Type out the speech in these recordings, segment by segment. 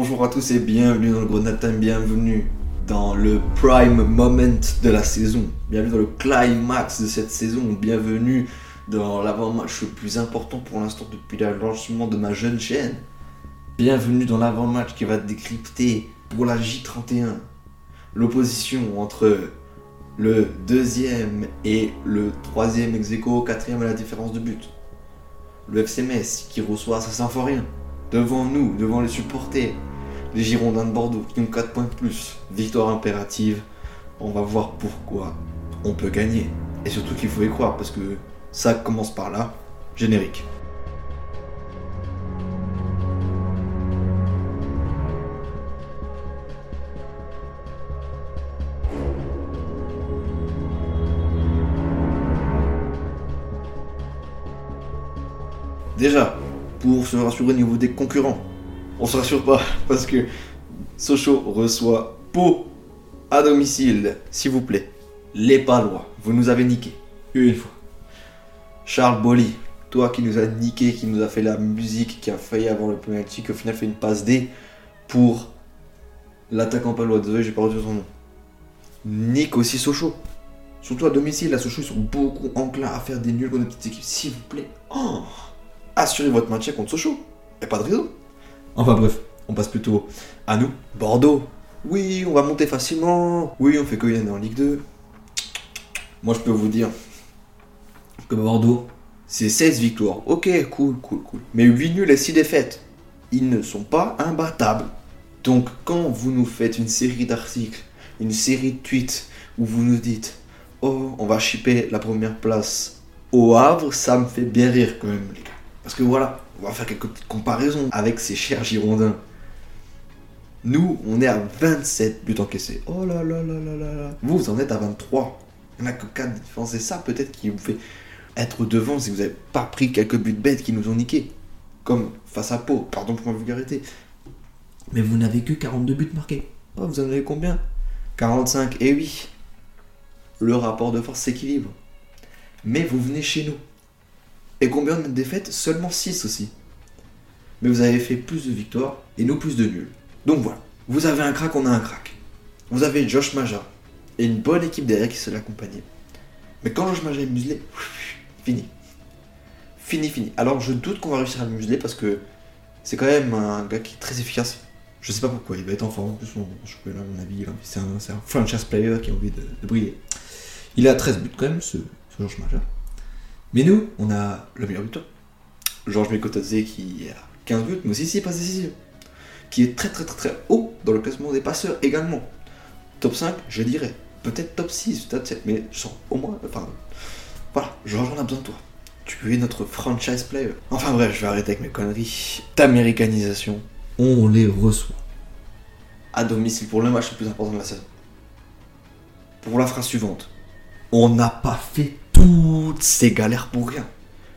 Bonjour à tous et bienvenue dans le Gros Natin, bienvenue dans le prime moment de la saison, bienvenue dans le climax de cette saison, bienvenue dans l'avant-match le plus important pour l'instant depuis le lancement de ma jeune chaîne. Bienvenue dans l'avant-match qui va décrypter pour la J31 l'opposition entre le deuxième et le troisième ex-aequo, quatrième à la différence de but. Le FC Metz qui reçoit sa Symphorien. Devant nous, devant les supporters, les Girondins de Bordeaux qui ont 4 points de plus. Victoire impérative. On va voir pourquoi on peut gagner. Et surtout qu'il faut y croire parce que ça commence par là. Générique. Déjà, pour se rassurer au niveau des concurrents, on se rassure pas parce que Sochaux reçoit Pau à domicile, s'il vous plaît. Les Palois, vous nous avez niqué une fois. Charles Bolly, toi qui nous as niqué, qui nous a fait la musique, qui a failli avoir le penalty, qui au final fait une passe D pour l'attaquant palois. Désolé, j'ai pas retenu son nom. Nique aussi Sochaux. Surtout à domicile, la Sochaux ils sont beaucoup enclins à faire des nuls contre des petites équipes, s'il vous plaît. Oh, assurez votre maintien contre Sochaux. Y'a pas de raison. Enfin bref, on passe plutôt à nous. Bordeaux. Oui, on va monter facilement. Oui, on fait que gagner en Ligue 2. Moi, je peux vous dire que Bordeaux, c'est 16 victoires. Ok, cool. Mais 8 nuls et 6 défaites. Ils ne sont pas imbattables. Donc, quand vous nous faites une série d'articles, une série de tweets, où vous nous dites « Oh, on va shipper la première place au Havre », ça me fait bien rire quand même, les gars. Parce que voilà, on va faire quelques petites comparaisons avec ces chers Girondins. Nous, on est à 27 buts encaissés. Oh là là là là là là. Vous en êtes à 23. Il n'y en a que 4 de différence. C'est ça peut-être qui vous fait être devant si vous n'avez pas pris quelques buts bêtes qui nous ont niqués. Comme face à Pau, pardon pour ma vulgarité. Mais vous n'avez que 42 buts marqués. Oh, vous en avez combien ? 45. Et oui, le rapport de force s'équilibre. Mais vous venez chez nous. Et combien de défaites ? Seulement 6 aussi. Mais vous avez fait plus de victoires et nous plus de nuls. Donc voilà, vous avez un crack, on a un crack. Vous avez Josh Maja et une bonne équipe derrière qui se l'accompagne. Mais quand Josh Maja est muselé, fini. Fini. Alors je doute qu'on va réussir à le museler parce que c'est quand même un gars qui est très efficace. Je sais pas pourquoi, il va être en forme. En plus, je peux là, à mon avis, c'est un franchise player qui a envie de briller. Il a 13 buts quand même, ce Josh Maja. Mais nous, on a le meilleur buteur. Georges Mikotadze qui a 15 buts, mais aussi passe décisive. Qui est très haut dans le classement des passeurs également. Top 5, je dirais. Peut-être top 6, top 7, mais au moins, voilà, Georges, on a besoin de toi. Tu es notre franchise player. Enfin bref, je vais arrêter avec mes conneries. D'américanisation, on les reçoit. À domicile pour le match le plus important de la saison. Pour la phrase suivante, on n'a pas fait toutes ces galères pour rien.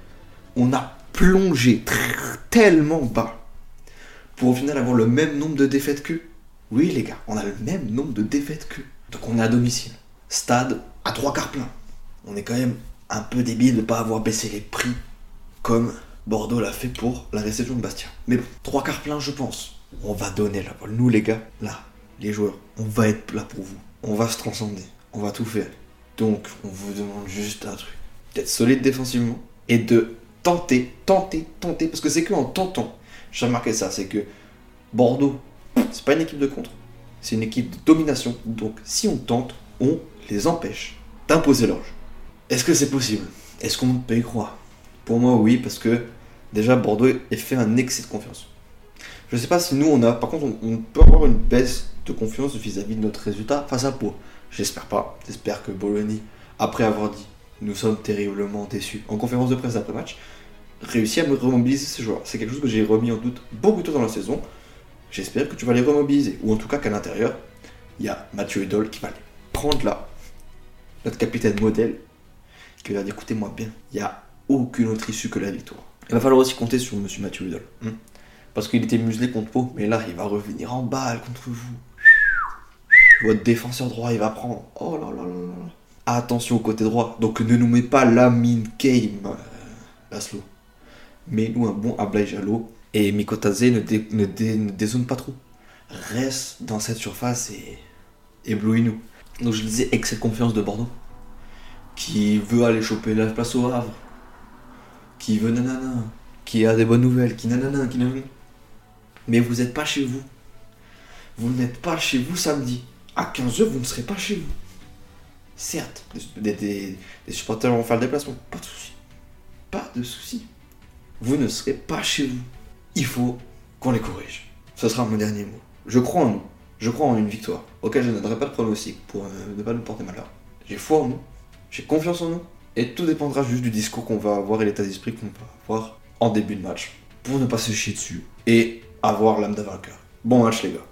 On a plongé tellement bas pour au final avoir le même nombre de défaites qu'eux. Oui les gars, on a le même nombre de défaites qu'eux. Donc on est à domicile. Stade à 3/4 plein. On est quand même un peu débile de ne pas avoir baissé les prix comme Bordeaux l'a fait pour la réception de Bastia. Mais bon, 3/4 plein je pense. On va donner la balle. Nous les gars, là, les joueurs, on va être là pour vous. On va se transcender. On va tout faire. Donc on vous demande juste un truc. D'être solide défensivement et de tenter. Parce que c'est qu'en tentant. J'ai remarqué ça, c'est que Bordeaux, c'est pas une équipe de contre, c'est une équipe de domination. Donc si on tente, on les empêche d'imposer leur jeu. Est-ce que c'est possible ? Est-ce qu'on peut y croire ? Pour moi, oui, parce que déjà Bordeaux a fait un excès de confiance. Je sais pas si nous on a, par contre, on peut avoir une baisse de confiance vis-à-vis de notre résultat face à Pau. J'espère pas. J'espère que Bologna, après avoir dit nous sommes terriblement déçus en conférence de presse d'après-match, réussit à me remobiliser ces joueurs. C'est quelque chose que j'ai remis en doute beaucoup tôt dans la saison. J'espère que tu vas les remobiliser. Ou en tout cas qu'à l'intérieur, il y a Mathieu Edol qui va les prendre là. Notre capitaine modèle, qui va dire écoutez-moi bien, il n'y a aucune autre issue que la victoire. Il va falloir aussi compter sur monsieur Mathieu Edol. Parce qu'il était muselé contre Pau, mais là il va revenir en balle contre vous. Votre défenseur droit il va prendre. Oh là là là là. Attention au côté droit. Donc ne nous mets pas Lamine Game, Laszlo. Mets-nous un bon Ablaye Jallo. Et Mikotadze ne dézone pas trop. reste dans cette surface et éblouis-nous. Donc je disais, excès de confiance de Bordeaux, qui veut aller choper la place au Havre, qui veut nanana, qui a des bonnes nouvelles, qui nanana, qui nanana. Mais vous n'êtes pas chez vous. Vous n'êtes pas chez vous samedi. À 15h, vous ne serez pas chez vous. Certes, des supporters vont faire le déplacement. Pas de soucis. Pas de soucis. Vous ne serez pas chez vous. Il faut qu'on les corrige. Ce sera mon dernier mot. Je crois en nous. Je crois en une victoire, auquel je ne donnerai pas de pronostic pour ne pas nous porter malheur. J'ai foi en nous. J'ai confiance en nous. Et tout dépendra juste du discours qu'on va avoir et l'état d'esprit qu'on va avoir en début de match. Pour ne pas se chier dessus. Et avoir l'âme d'un vainqueur. Bon match les gars.